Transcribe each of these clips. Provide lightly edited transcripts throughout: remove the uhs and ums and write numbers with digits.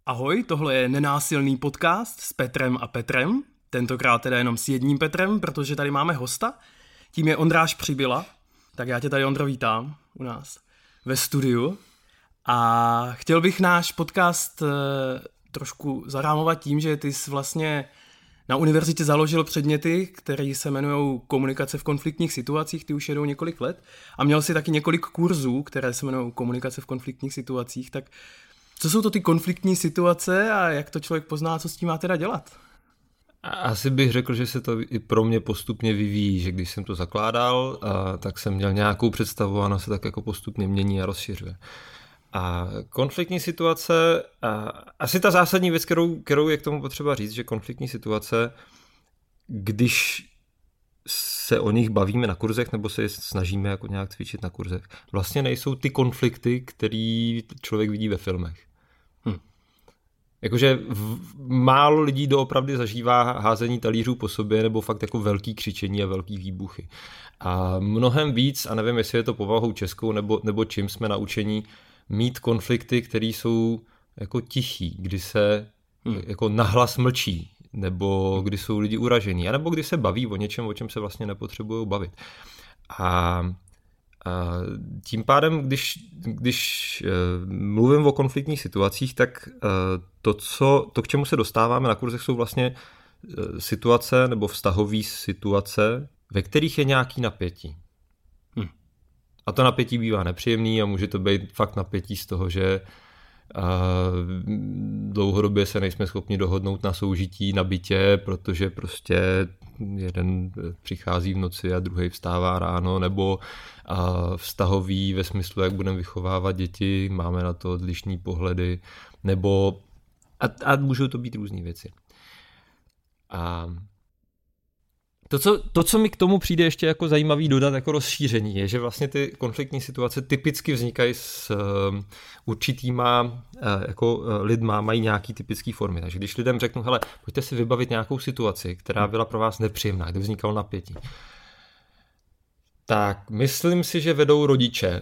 Ahoj, tohle je nenásilný podcast s Petrem a Petrem, tentokrát teda jenom s jedním Petrem, protože tady máme hosta, tím je Ondráš Přibyla, tak já tě tady, Ondro, vítám u nás ve studiu a chtěl bych náš podcast trošku zarámovat tím, že ty jsi vlastně na univerzitě založil předměty, které se jmenují komunikace v konfliktních situacích, ty už jedou několik let a měl jsi taky několik kurzů, které se jmenují komunikace v konfliktních situacích, tak co jsou to ty konfliktní situace a jak to člověk pozná, co s tím má teda dělat? Asi bych řekl, že se to i pro mě postupně vyvíjí, že když jsem to zakládal, tak jsem měl nějakou představu a ona se tak jako postupně mění a rozšiřuje. A konfliktní situace, asi ta zásadní věc, kterou je k tomu potřeba říct, že konfliktní situace, když se o nich bavíme na kurzech nebo se je snažíme jako nějak cvičit na kurzech, vlastně nejsou ty konflikty, který člověk vidí ve filmech. Jakože málo lidí doopravdy zažívá házení talířů po sobě nebo fakt jako velký křičení a velký výbuchy. A mnohem víc, a nevím, jestli je to povahou českou nebo čím jsme naučení, mít konflikty, které jsou jako tichý, kdy se jako nahlas mlčí, nebo kdy jsou lidi uražení, nebo kdy se baví o něčem, o čem se vlastně nepotřebují bavit. A tím pádem, když mluvím o konfliktních situacích, tak to, k čemu se dostáváme na kurzech, jsou vlastně situace nebo vztahové situace, ve kterých je nějaký napětí. A to napětí bývá nepříjemný a může to být fakt napětí z toho, že dlouhodobě se nejsme schopni dohodnout na soužití na bytě, protože prostě jeden přichází v noci a druhý vstává ráno, nebo vztahový ve smyslu, jak budeme vychovávat děti, máme na to odlišný pohledy, nebo a můžou to být různý věci. A to, co mi k tomu přijde ještě jako zajímavý dodat jako rozšíření, je, že vlastně ty konfliktní situace typicky vznikají s určitýma jako lidma, mají nějaký typický formy. Takže když lidem řeknu, hele, pojďte si vybavit nějakou situaci, která byla pro vás nepříjemná, kde vznikalo napětí, tak myslím si, že vedou rodiče.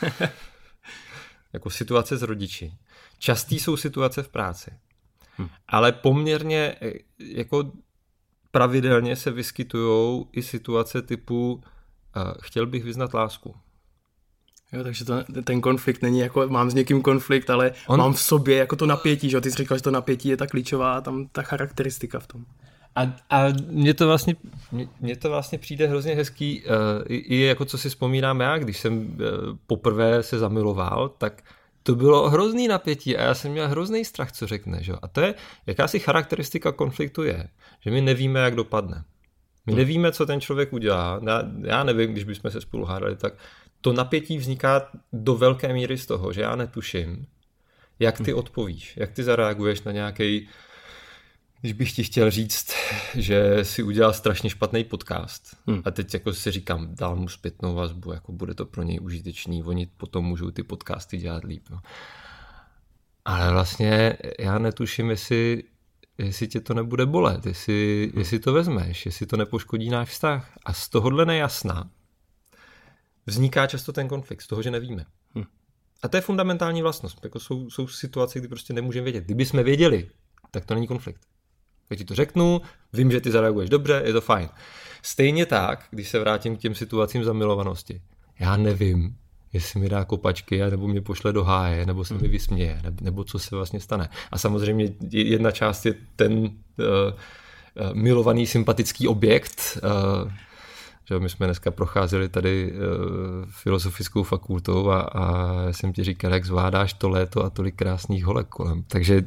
Jako situace s rodiči. Častý jsou situace v práci. Ale poměrně jako pravidelně se vyskytujou i situace typu chtěl bych vyznat lásku. Jo, takže ten konflikt není jako mám s někým konflikt, ale mám v sobě jako to napětí, že ty jsi říkal, že to napětí je ta klíčová tam ta charakteristika v tom. A mně to vlastně přijde hrozně hezký, i jako co si vzpomínám já, když jsem poprvé se zamiloval, tak to bylo hrozný napětí a já jsem měl hrozný strach, co řekne. Že? A to je jakási charakteristika konfliktu je, že my nevíme, jak dopadne. My nevíme, co ten člověk udělá. Já nevím, když bychom se spolu hádali, tak to napětí vzniká do velké míry z toho, že já netuším, jak ty odpovíš, jak ty zareaguješ na nějaký, když bych ti chtěl říct, že si udělal strašně špatný podcast a teď jako si říkám, dál mu zpětnou vazbu, jako bude to pro něj užitečný, oni potom můžou ty podcasty dělat líp. No. Ale vlastně já netuším, jestli tě to nebude bolet, jestli to vezmeš, jestli to nepoškodí náš vztah. A z tohohle nejasna vzniká často ten konflikt, z toho, že nevíme. A to je fundamentální vlastnost. Jako jsou situace, kdy prostě nemůžeme vědět. Kdyby jsme věděli, tak to není konflikt. Tak ti to řeknu, vím, že ty zareaguješ dobře, je to fajn. Stejně tak, když se vrátím k těm situacím zamilovanosti, já nevím, jestli mi dá kopačky, nebo mě pošle do háje, nebo se mi vysměje, nebo co se vlastně stane. A samozřejmě jedna část je ten milovaný sympatický objekt. Že my jsme dneska procházeli tady filozofickou fakultou a já jsem ti říkal, jak zvládáš to léto a tolik krásných holek kolem. Takže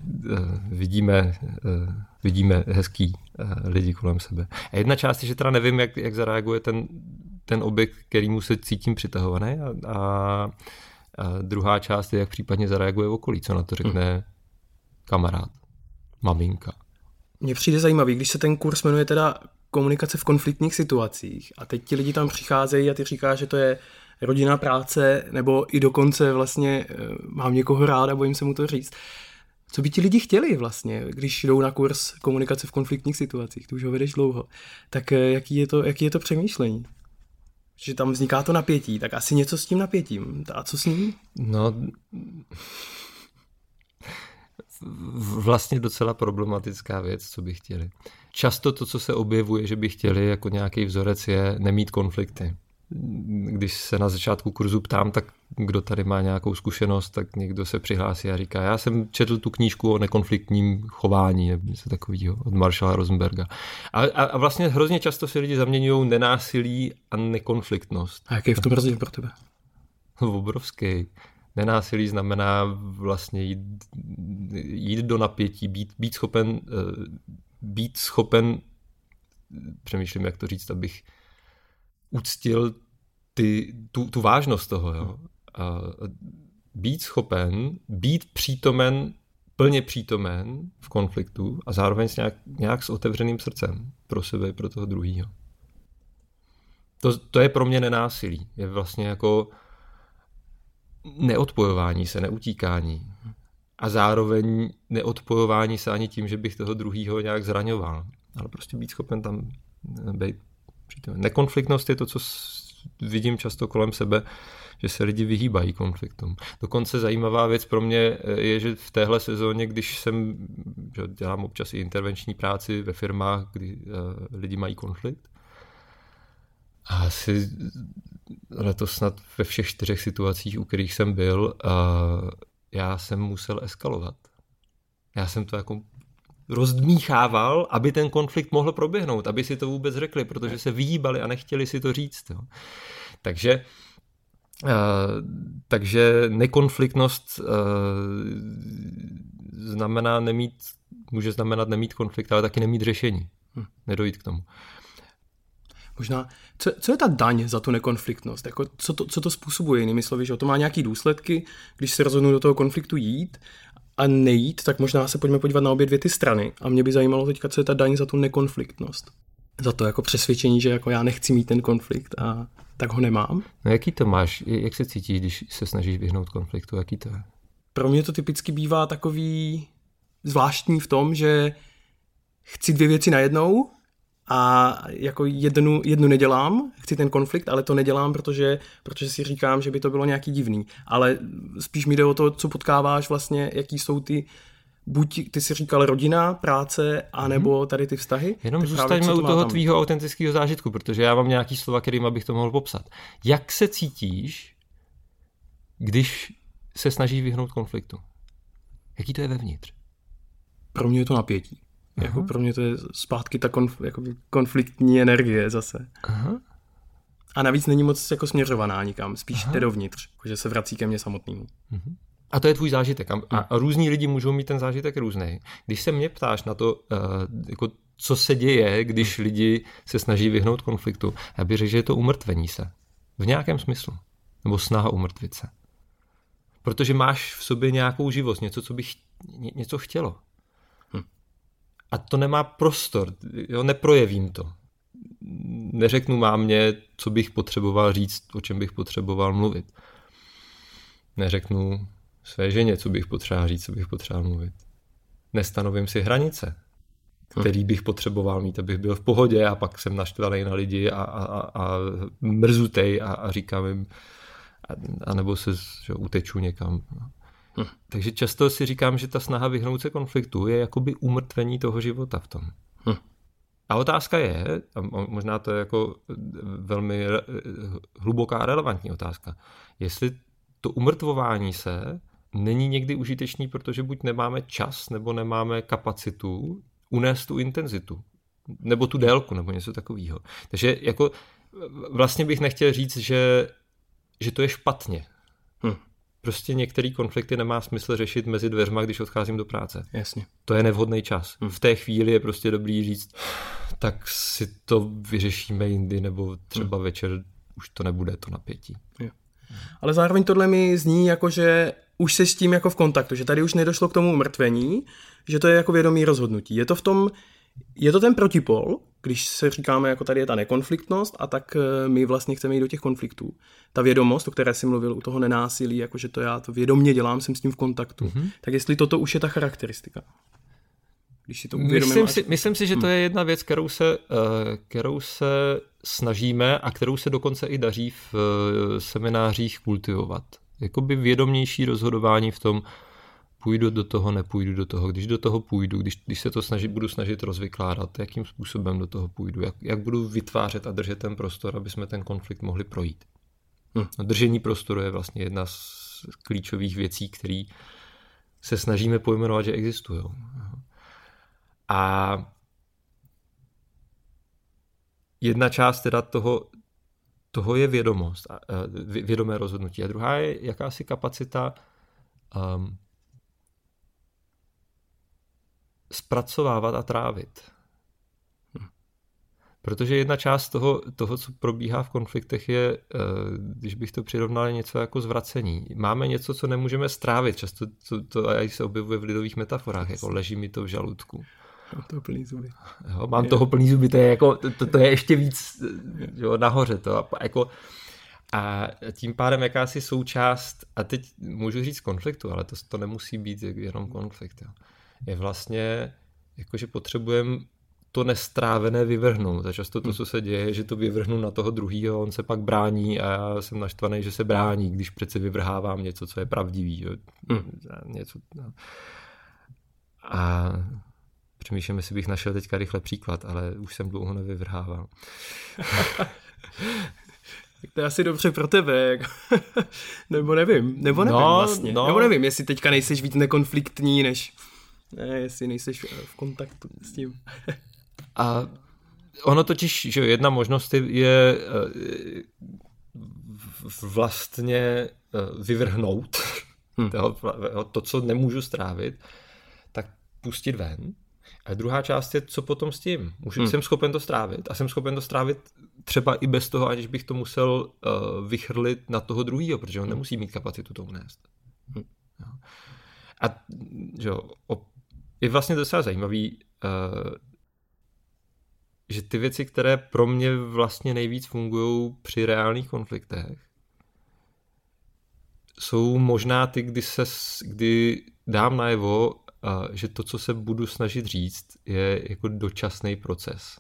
vidíme hezký lidi kolem sebe. A jedna část je, že teda nevím, jak zareaguje ten objekt, kterýmu se cítím přitahovaný a druhá část je, jak případně zareaguje okolí, co na to řekne kamarád, maminka. Mně přijde zajímavý, když se ten kurz jmenuje teda komunikace v konfliktních situacích a teď ti lidi tam přicházejí a ty říkáš, že to je rodina, práce nebo i dokonce vlastně mám někoho rád a bojím se mu to říct. Co by ti lidi chtěli vlastně, když jdou na kurz komunikace v konfliktních situacích? Ty už ho vedeš dlouho. Tak jaký je to přemýšlení? Že tam vzniká to napětí, tak asi něco s tím napětím. A co s ním? No, vlastně docela problematická věc, co by chtěli. Často to, co se objevuje, že by chtěli jako nějaký vzorec, je nemít konflikty. Když se na začátku kurzu ptám, tak kdo tady má nějakou zkušenost, tak někdo se přihlásí a říká, já jsem četl tu knížku o nekonfliktním chování, nebo něco takového od Marshalla Rosenberga. A vlastně hrozně často si lidi zaměňují nenásilí a nekonfliktnost. A jaký je v tom rozdíl pro tebe? Obrovský. Nenásilí znamená vlastně jít do napětí, být schopen, přemýšlím, jak to říct, abych uctil tu vážnost toho. Jo? A být schopen, být přítomen, plně přítomen v konfliktu a zároveň nějak s otevřeným srdcem pro sebe i pro toho druhého. To je pro mě nenásilí. Je vlastně jako neodpojování se, neutíkání. A zároveň neodpojování se ani tím, že bych toho druhýho nějak zraňoval. Ale prostě být schopen tam být přítomen. Nekonfliktnost je to, co vidím často kolem sebe, že se lidi vyhýbají konfliktům. Dokonce zajímavá věc pro mě je, že v téhle sezóně, když dělám občas i intervenční práci ve firmách, kdy lidi mají konflikt, a asi letos snad ve všech 4 situacích, u kterých jsem byl, já jsem musel eskalovat. Já jsem to jako rozdmíchával, aby ten konflikt mohl proběhnout, aby si to vůbec řekli, protože se vyhýbali a nechtěli si to říct. Jo. Takže nekonfliktnost může znamenat nemít konflikt, ale taky nemít řešení. Nedojít k tomu. Možná, co je ta daň za tu nekonfliktnost? Jako, co to způsobuje, jinými slovy, že to má nějaký důsledky, když se rozhodnu do toho konfliktu jít a nejít, tak možná se pojďme podívat na obě dvě ty strany. A mě by zajímalo teďka, co je ta daň za tu nekonfliktnost. Za to jako přesvědčení, že jako já nechci mít ten konflikt a tak ho nemám. No jaký to máš? Jak se cítíš, když se snažíš vyhnout konfliktu? Jaký to je? Pro mě to typicky bývá takový zvláštní v tom, že chci 2 věci najednou a jako jednu nedělám, chci ten konflikt, ale to nedělám, protože si říkám, že by to bylo nějaký divný. Ale spíš mi jde o to, co potkáváš vlastně, jaký jsou ty, buď ty si říkal rodina, práce, anebo tady ty vztahy. Jenom zůstaňme u toho tvýho autentického zážitku, protože já mám nějaký slova, kterým bych to mohl popsat. Jak se cítíš, když se snažíš vyhnout konfliktu? Jaký to je vevnitř? Pro mě je to napětí. Jako pro mě to je zpátky ta konfliktní energie zase. Aha. A navíc není moc jako směřovaná nikam, spíš jde dovnitř, že se vrací ke mně samotnému. A to je tvůj zážitek. A různí lidi můžou mít ten zážitek různý. Když se mě ptáš na to, jako, co se děje, když lidi se snaží vyhnout konfliktu, já bych řekl, že je to umrtvení se. V nějakém smyslu. Nebo snaha umrtvit se. Protože máš v sobě nějakou živost, něco chtělo. A to nemá prostor, jo, neprojevím to. Neřeknu mámě, co bych potřeboval říct, o čem bych potřeboval mluvit. Neřeknu své ženě, co bych potřeboval říct, co bych potřeboval mluvit. Nestanovím si hranice, který bych potřeboval mít, abych byl v pohodě a pak jsem naštvaný na lidi a mrzutej a říkám jim, anebo se uteču někam. Takže často si říkám, že ta snaha vyhnout se konfliktu je jakoby umrtvení toho života v tom. A otázka je, a možná to je jako velmi hluboká a relevantní otázka, jestli to umrtvování se není někdy užitečný, protože buď nemáme čas, nebo nemáme kapacitu unést tu intenzitu, nebo tu délku, nebo něco takového. Takže jako vlastně bych nechtěl říct, že to je špatně. Prostě některý konflikty nemá smysl řešit mezi dveřma, když odcházím do práce. Jasně. To je nevhodný čas. V té chvíli je prostě dobrý říct, tak si to vyřešíme jindy, nebo třeba večer už to nebude to napětí. Jo. Ale zároveň tohle mi zní jako, že už se s tím jako v kontaktu, že tady už nedošlo k tomu umrtvení, že to je jako vědomý rozhodnutí. Je to ten protipol, když se říkáme, jako tady je ta nekonfliktnost a tak my vlastně chceme jít do těch konfliktů. Ta vědomost, o které jsi mluvil, u toho nenásilí, jakože to já to vědomě dělám, jsem s tím v kontaktu. Tak jestli toto už je ta charakteristika. Když si to myslím si, že to je jedna věc, kterou se snažíme a kterou se dokonce i daří v seminářích kultivovat. Jakoby vědomější rozhodování v tom, půjdu do toho, nepůjdu do toho, když do toho půjdu, když se to budu snažit rozvykládat, jakým způsobem do toho půjdu, jak budu vytvářet a držet ten prostor, aby jsme ten konflikt mohli projít. Držení prostoru je vlastně jedna z klíčových věcí, které se snažíme pojmenovat, že existují. A jedna část teda toho je vědomost, vědomé rozhodnutí. A druhá je jakási kapacita zpracovávat a trávit. Protože jedna část toho, co probíhá v konfliktech, je, když bych to přirovnal, něco jako zvracení. Máme něco, co nemůžeme strávit. Často to se objevuje v lidových metaforách, jako leží mi to v žaludku. Mám toho plný zuby. Jo, mám toho plný zuby, to je, jako, to je ještě víc jo, nahoře. A tím pádem jakási součást, a teď můžu říct konfliktu, ale to nemusí být jenom konflikt. Jo. Je vlastně, jakože potřebujeme to nestrávené vyvrhnout. A často to, co se děje, je, že to vyvrhnu na toho druhýho, on se pak brání a já jsem naštvaný, že se brání, když přece vyvrhávám něco, co je pravdivý. Jo. Něco, no. A přemýšlím, jestli bych našel teďka rychle příklad, ale už jsem dlouho nevyvrhával. Tak to je asi dobře pro tebe. Nebo nevím vlastně. Nebo nevím, jestli teďka nejseš víc nekonfliktní, než jestli nejseš v kontaktu s tím. A ono totiž, že jedna možnost je vlastně vyvrhnout to, co nemůžu strávit, tak pustit ven. A druhá část je, co potom s tím. Jsem schopen to strávit a jsem schopen to strávit třeba i bez toho, aniž bych to musel vychrlit na toho druhýho, protože on nemusí mít kapacitu to unést. A že je vlastně docela zajímavý, že ty věci, které pro mě vlastně nejvíc fungují při reálných konfliktech, jsou možná ty, kdy dám najevo, že to, co se budu snažit říct, je jako dočasný proces.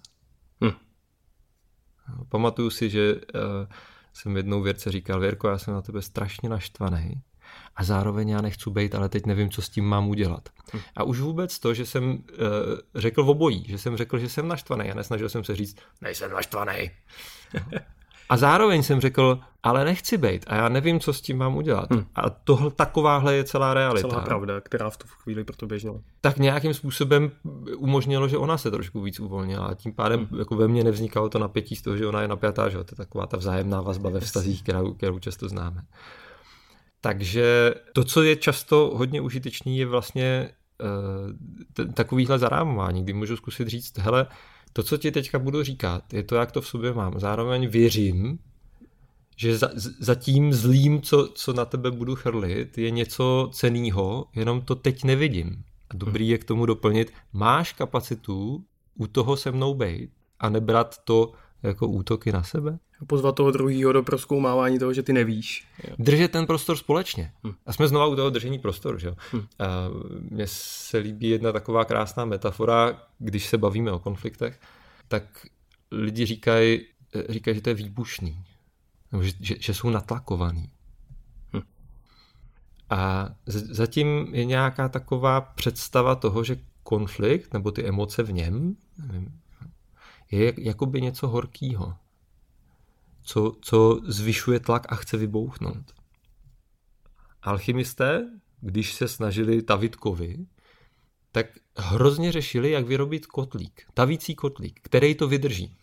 Pamatuju si, že jsem jednou Věrce říkal: Věrko, já jsem na tebe strašně naštvaný a zároveň já nechci bejt, ale teď nevím, co s tím mám udělat. A už vůbec to, že jsem řekl obojí, že jsem řekl, že jsem naštvaný a nesnažil jsem se říct, nejsem naštvaný. A zároveň jsem řekl, ale nechci bejt a já nevím, co s tím mám udělat. A takováhle je celá realita. Celá pravda, která v tu chvíli proto běžela. Tak nějakým způsobem umožnilo, že ona se trošku víc uvolnila a tím pádem jako ve mně nevznikalo to napětí z toho, že ona je napjatá, že to je taková ta vzájemná vazba ve vztazích, kterou často známe. Takže to, co je často hodně užitečný, je vlastně takovýhle zarámování, kdy můžu zkusit říct, hele, to, co ti teďka budu říkat, je to, jak to v sobě mám. Zároveň věřím, že za tím zlým, co na tebe budu chrlit, je něco cenného, jenom to teď nevidím. A dobrý je k tomu doplnit, máš kapacitu u toho se mnou bejt a nebrat to jako útoky na sebe? Pozvat toho druhýho do prozkoumávání toho, že ty nevíš. Držet ten prostor společně. A jsme znova u toho držení prostoru. Že? Mně se líbí jedna taková krásná metafora, když se bavíme o konfliktech, tak lidi říkají, že to je výbušný. Že jsou natlakovaný. A zatím je nějaká taková představa toho, že konflikt nebo ty emoce v něm je jakoby něco horkýho, co zvyšuje tlak a chce vybouchnout. Alchymisté, když se snažili tavit kovy, tak hrozně řešili, jak vyrobit kotlík, tavící kotlík, který to vydrží.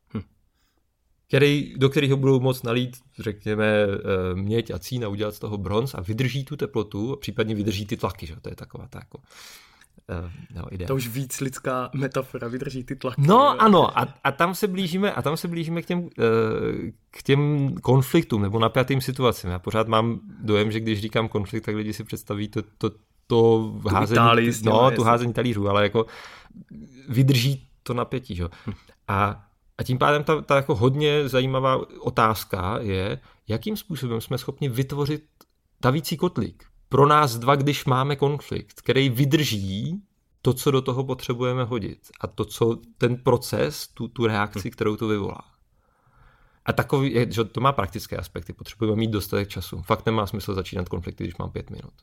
Do kterého budou moct nalít, řekněme, měď a cín a udělat z toho bronz a vydrží tu teplotu a případně vydrží ty tlaky. Že? To je taková ta jako idea. To už víc lidská metafora, vydrží ty tlaky. No ano, a tam se blížíme k těm konfliktům nebo napjatým situacím. Já pořád mám dojem, že když říkám konflikt, tak lidi si představí to házení, tu házení talířů, ale jako vydrží to napětí. Že? A tím pádem ta jako hodně zajímavá otázka je, jakým způsobem jsme schopni vytvořit tavící kotlík pro nás dva, když máme konflikt, který vydrží to, co do toho potřebujeme hodit a ten proces, tu reakci, kterou to vyvolá. A takový, že to má praktické aspekty, potřebujeme mít dostatek času. Fakt nemá smysl začínat konflikty, když mám 5 minut.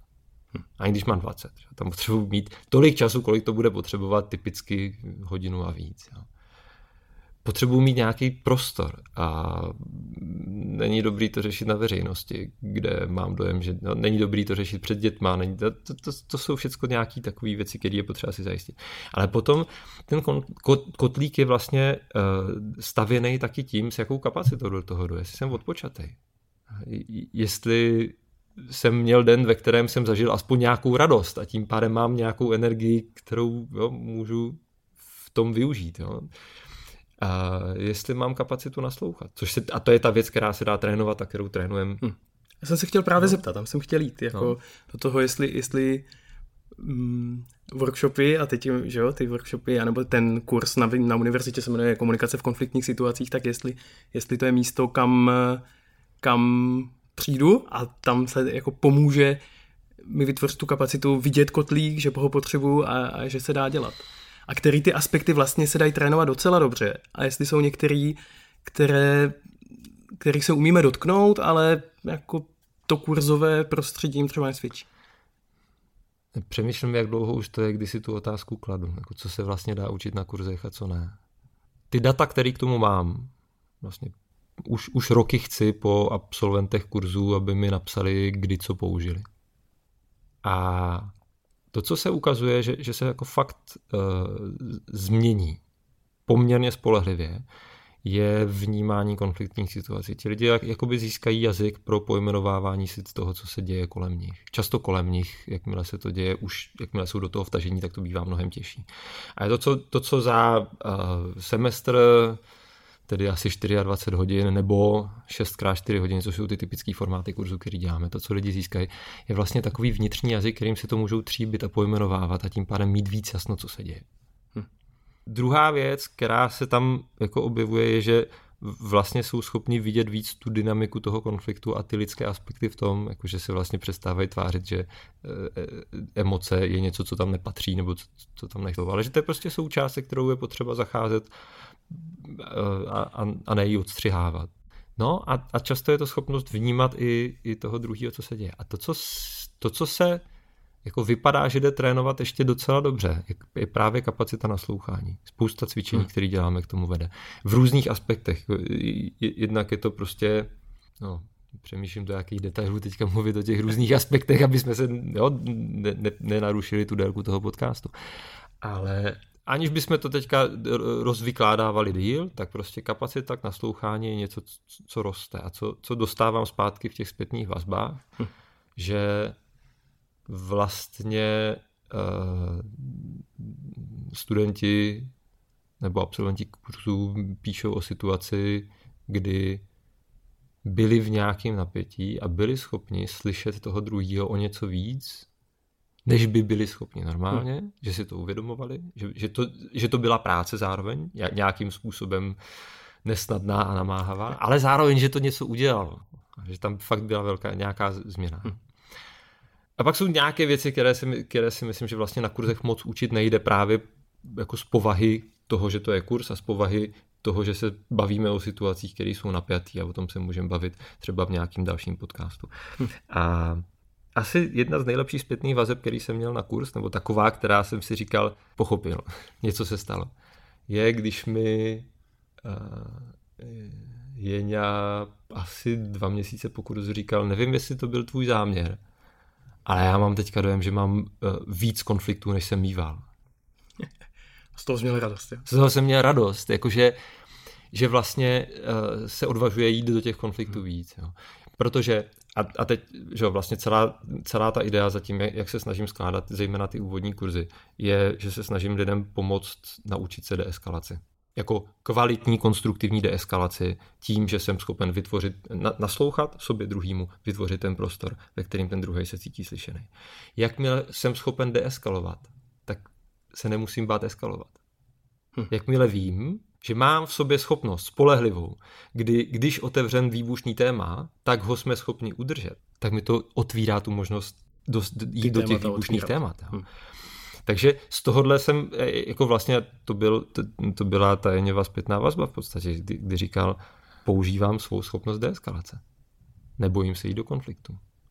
Ani když mám 20. Tam potřebuji mít tolik času, kolik to bude potřebovat, typicky hodinu a víc. Jo. Potřebuji mít nějaký prostor a není dobrý to řešit na veřejnosti, kde mám dojem, že není dobrý to řešit před dětma, to jsou všechno nějaké takové věci, které je potřeba si zajistit. Ale potom ten kotlík je vlastně stavěný taky tím, s jakou kapacitou do toho jdu, jestli jsem odpočatej. Jestli jsem měl den, ve kterém jsem zažil aspoň nějakou radost a tím pádem mám nějakou energii, kterou můžu v tom využít. Jo. A jestli mám kapacitu naslouchat. A to je ta věc, která se dá trénovat a kterou trénujeme. Já jsem se chtěl právě zeptat, tam jsem chtěl jít do toho, jestli workshopy a teď, že jo, ty workshopy, anebo ten kurz na univerzitě se jmenuje Komunikace v konfliktních situacích, tak jestli to je místo, kam přijdu a tam se jako pomůže mi vytvořit tu kapacitu vidět kotlík, že ho potřebuju a že se dá dělat. A který ty aspekty vlastně se dají trénovat docela dobře. A jestli jsou některý, kterých se umíme dotknout, ale jako to kurzové prostředí jim třeba nesvědčí. Přemýšlím, jak dlouho už to je, kdy si tu otázku kladu. Jako co se vlastně dá učit na kurzech a co ne. Ty data, které k tomu mám, vlastně už roky chci po absolventech kurzů, aby mi napsali, kdy co použili. A to, co se ukazuje, že se jako fakt změní poměrně spolehlivě, je vnímání konfliktních situací. Ti lidi jakoby získají jazyk pro pojmenovávání si toho, co se děje kolem nich. Často kolem nich, jakmile se to děje, už jakmile jsou do toho vtažení, tak to bývá mnohem těžší. A je to, co za semestr, tedy asi 24 hodin nebo 6x4 hodiny, což jsou ty typické formáty kurzu, který děláme. To, co lidi získají, je vlastně takový vnitřní jazyk, kterým si to můžou tříbit a pojmenovávat a tím pádem mít víc jasno, co se děje. Druhá věc, která se tam jako objevuje, je, že vlastně jsou schopni vidět víc tu dynamiku toho konfliktu a ty lidské aspekty v tom, jakože se vlastně přestávají tvářit, že emoce je něco, co tam nepatří nebo co tam nechtějí. Ale že to je prostě součást, se kterou je potřeba zacházet a ne ji odstřihávat. No a často je to schopnost vnímat i toho druhého, co se děje. A to, co se jako vypadá, že jde trénovat ještě docela dobře, je právě kapacita naslouchání. Spousta cvičení, které děláme, k tomu vede. V různých aspektech. Jednak je to prostě, přemýšlím do jakých detailů teďka mluvit o těch různých aspektech, aby jsme se nenarušili tu délku toho podcastu. Ale aniž bychom to teďka rozvykládávali díl, tak prostě kapacita k naslouchání je něco, co roste a co dostávám zpátky v těch zpětných vazbách, že vlastně studenti nebo absolventi kurzů píšou o situaci, kdy byli v nějakém napětí a byli schopni slyšet toho druhého o něco víc, než by byli schopni normálně, že si to uvědomovali, že to byla práce zároveň, nějakým způsobem nesnadná a namáhavá, ale zároveň, že to něco udělalo, že tam fakt byla nějaká změna. A pak jsou nějaké věci, které si myslím, že vlastně na kurzech moc učit nejde právě jako z povahy toho, že to je kurz a z povahy toho, že se bavíme o situacích, které jsou napjatý a o tom se můžeme bavit třeba v nějakým dalším podcastu. A asi jedna z nejlepších zpětných vazeb, který jsem měl na kurz, nebo taková, která jsem si říkal, pochopil, něco se stalo, je, když mi Jeňa asi 2 měsíce po kurzu říkal, nevím, jestli to byl tvůj záměr, ale já mám teďka dojem, že mám víc konfliktů, než jsem mýval. Z toho jsem měl radost. Jo? Z toho jsem měl radost, jakože že vlastně se odvažuje jít do těch konfliktů víc. Jo. Protože, a teď, že vlastně celá ta idea za tím, jak se snažím skládat, zejména ty úvodní kurzy, je, že se snažím lidem pomoct naučit se deeskalaci. Jako kvalitní, konstruktivní deeskalaci tím, že jsem schopen vytvořit, naslouchat sobě druhýmu, vytvořit ten prostor, ve kterým ten druhý se cítí slyšený. Jakmile jsem schopen deeskalovat, tak se nemusím bát eskalovat. Jakmile vím, že mám v sobě schopnost spolehlivou, když otevřem výbušný téma, tak ho jsme schopni udržet, tak mi to otvírá tu možnost jít do těch výbušných témat. Takže z tohohle jsem, jako vlastně to byla ta Jeňova zpětná vazba v podstatě, kdy říkal, používám svou schopnost deeskalace. Nebojím se jít do konfliktu.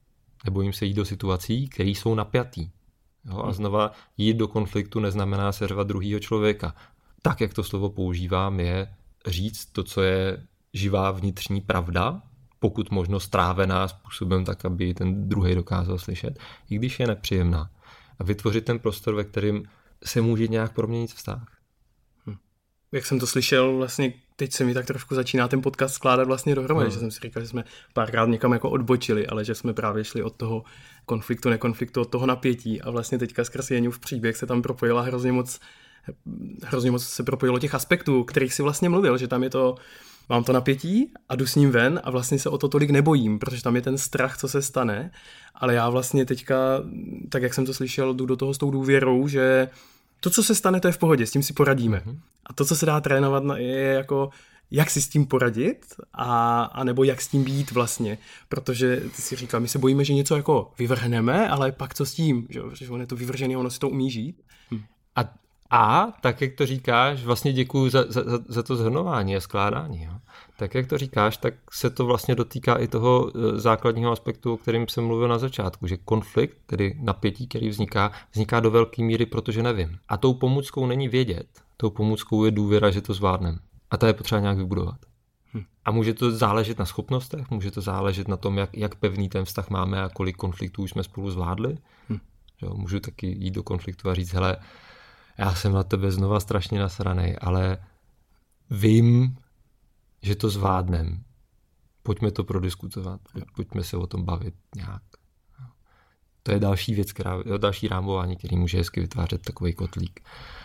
Nebojím se jít do situací, které jsou napjatý. Jo? A znova jít do konfliktu neznamená seřvat druhýho člověka. Tak, jak to slovo používám, je říct to, co je živá vnitřní pravda, pokud možno strávená způsobem tak, aby ten druhý dokázal slyšet, i když je nepříjemná. A vytvořit ten prostor, ve kterém se může nějak proměnit vztah. Jak jsem to slyšel, vlastně teď se mi tak trošku začíná ten podcast skládat vlastně dohromady, že jsem si říkal, že jsme párkrát někam jako odbočili, ale že jsme právě šli od toho konfliktu, nekonfliktu, od toho napětí a vlastně teďka skrz Jeňův příběh se tam propojila hrozně moc se propojilo těch aspektů, kterých si vlastně mluvil, že tam je to, mám to napětí a jdu s ním ven a vlastně se o to tolik nebojím, protože tam je ten strach, co se stane, ale já vlastně teďka, tak jak jsem to slyšel, jdu do toho s tou důvěrou, že to, co se stane, to je v pohodě, s tím si poradíme. A to, co se dá trénovat, je jako, jak si s tím poradit a nebo jak s tím být vlastně. Protože ty si říkal, my se bojíme, že něco jako vyvrhneme, ale pak co s tím, že on je to vyvržený, ono si to umí žít. A tak, jak to říkáš, vlastně děkuju za to shrnování a skládání. Jo. Tak, jak to říkáš, tak se to vlastně dotýká i toho základního aspektu, o kterém jsem mluvil na začátku, že konflikt, tedy napětí, který vzniká do velké míry, protože nevím. A tou pomůckou není vědět, tou pomůckou je důvěra, že to zvládneme. A ta je potřeba nějak vybudovat. A může to záležet na schopnostech, může to záležet na tom, jak pevný ten vztah máme a kolik konfliktů už jsme spolu zvládli. Jo, můžu taky jít do konfliktu a říct, hele, já jsem na tebe znova strašně nasranej, ale vím, že to zvládnem. Pojďme to prodiskutovat, pojďme se o tom bavit nějak. To je další věc, další rámování, který může hezky vytvářet takový kotlík.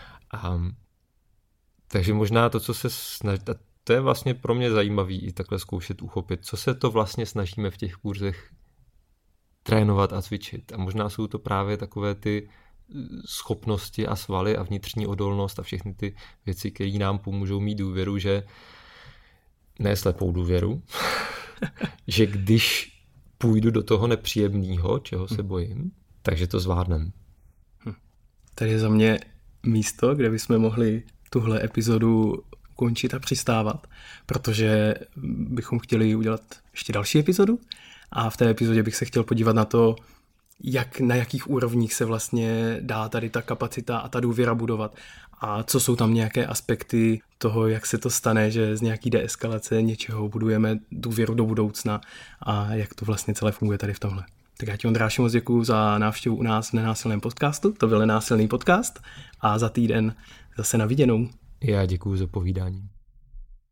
Takže možná to, co se snaží, to je vlastně pro mě zajímavý i takhle zkoušet uchopit, co se to vlastně snažíme v těch kurzech trénovat a cvičit. A možná jsou to právě takové ty schopnosti a svaly a vnitřní odolnost a všechny ty věci, které nám pomůžou mít důvěru, že ne slepou důvěru, že když půjdu do toho nepříjemného, čeho se bojím, takže to zvládnem. Tady je za mě místo, kde bychom mohli tuhle epizodu končit a přistávat, protože bychom chtěli udělat ještě další epizodu a v té epizodě bych se chtěl podívat na to, na jakých úrovních se vlastně dá tady ta kapacita a ta důvěra budovat a co jsou tam nějaké aspekty toho, jak se to stane, že z nějaký deeskalace něčeho budujeme důvěru do budoucna a jak to vlastně celé funguje tady v tomhle. Tak já ti, Ondráši, moc děkuju za návštěvu u nás v Nenásilném podcastu, to byl Nenásilný podcast a za týden zase na viděnou. Já děkuju za povídání.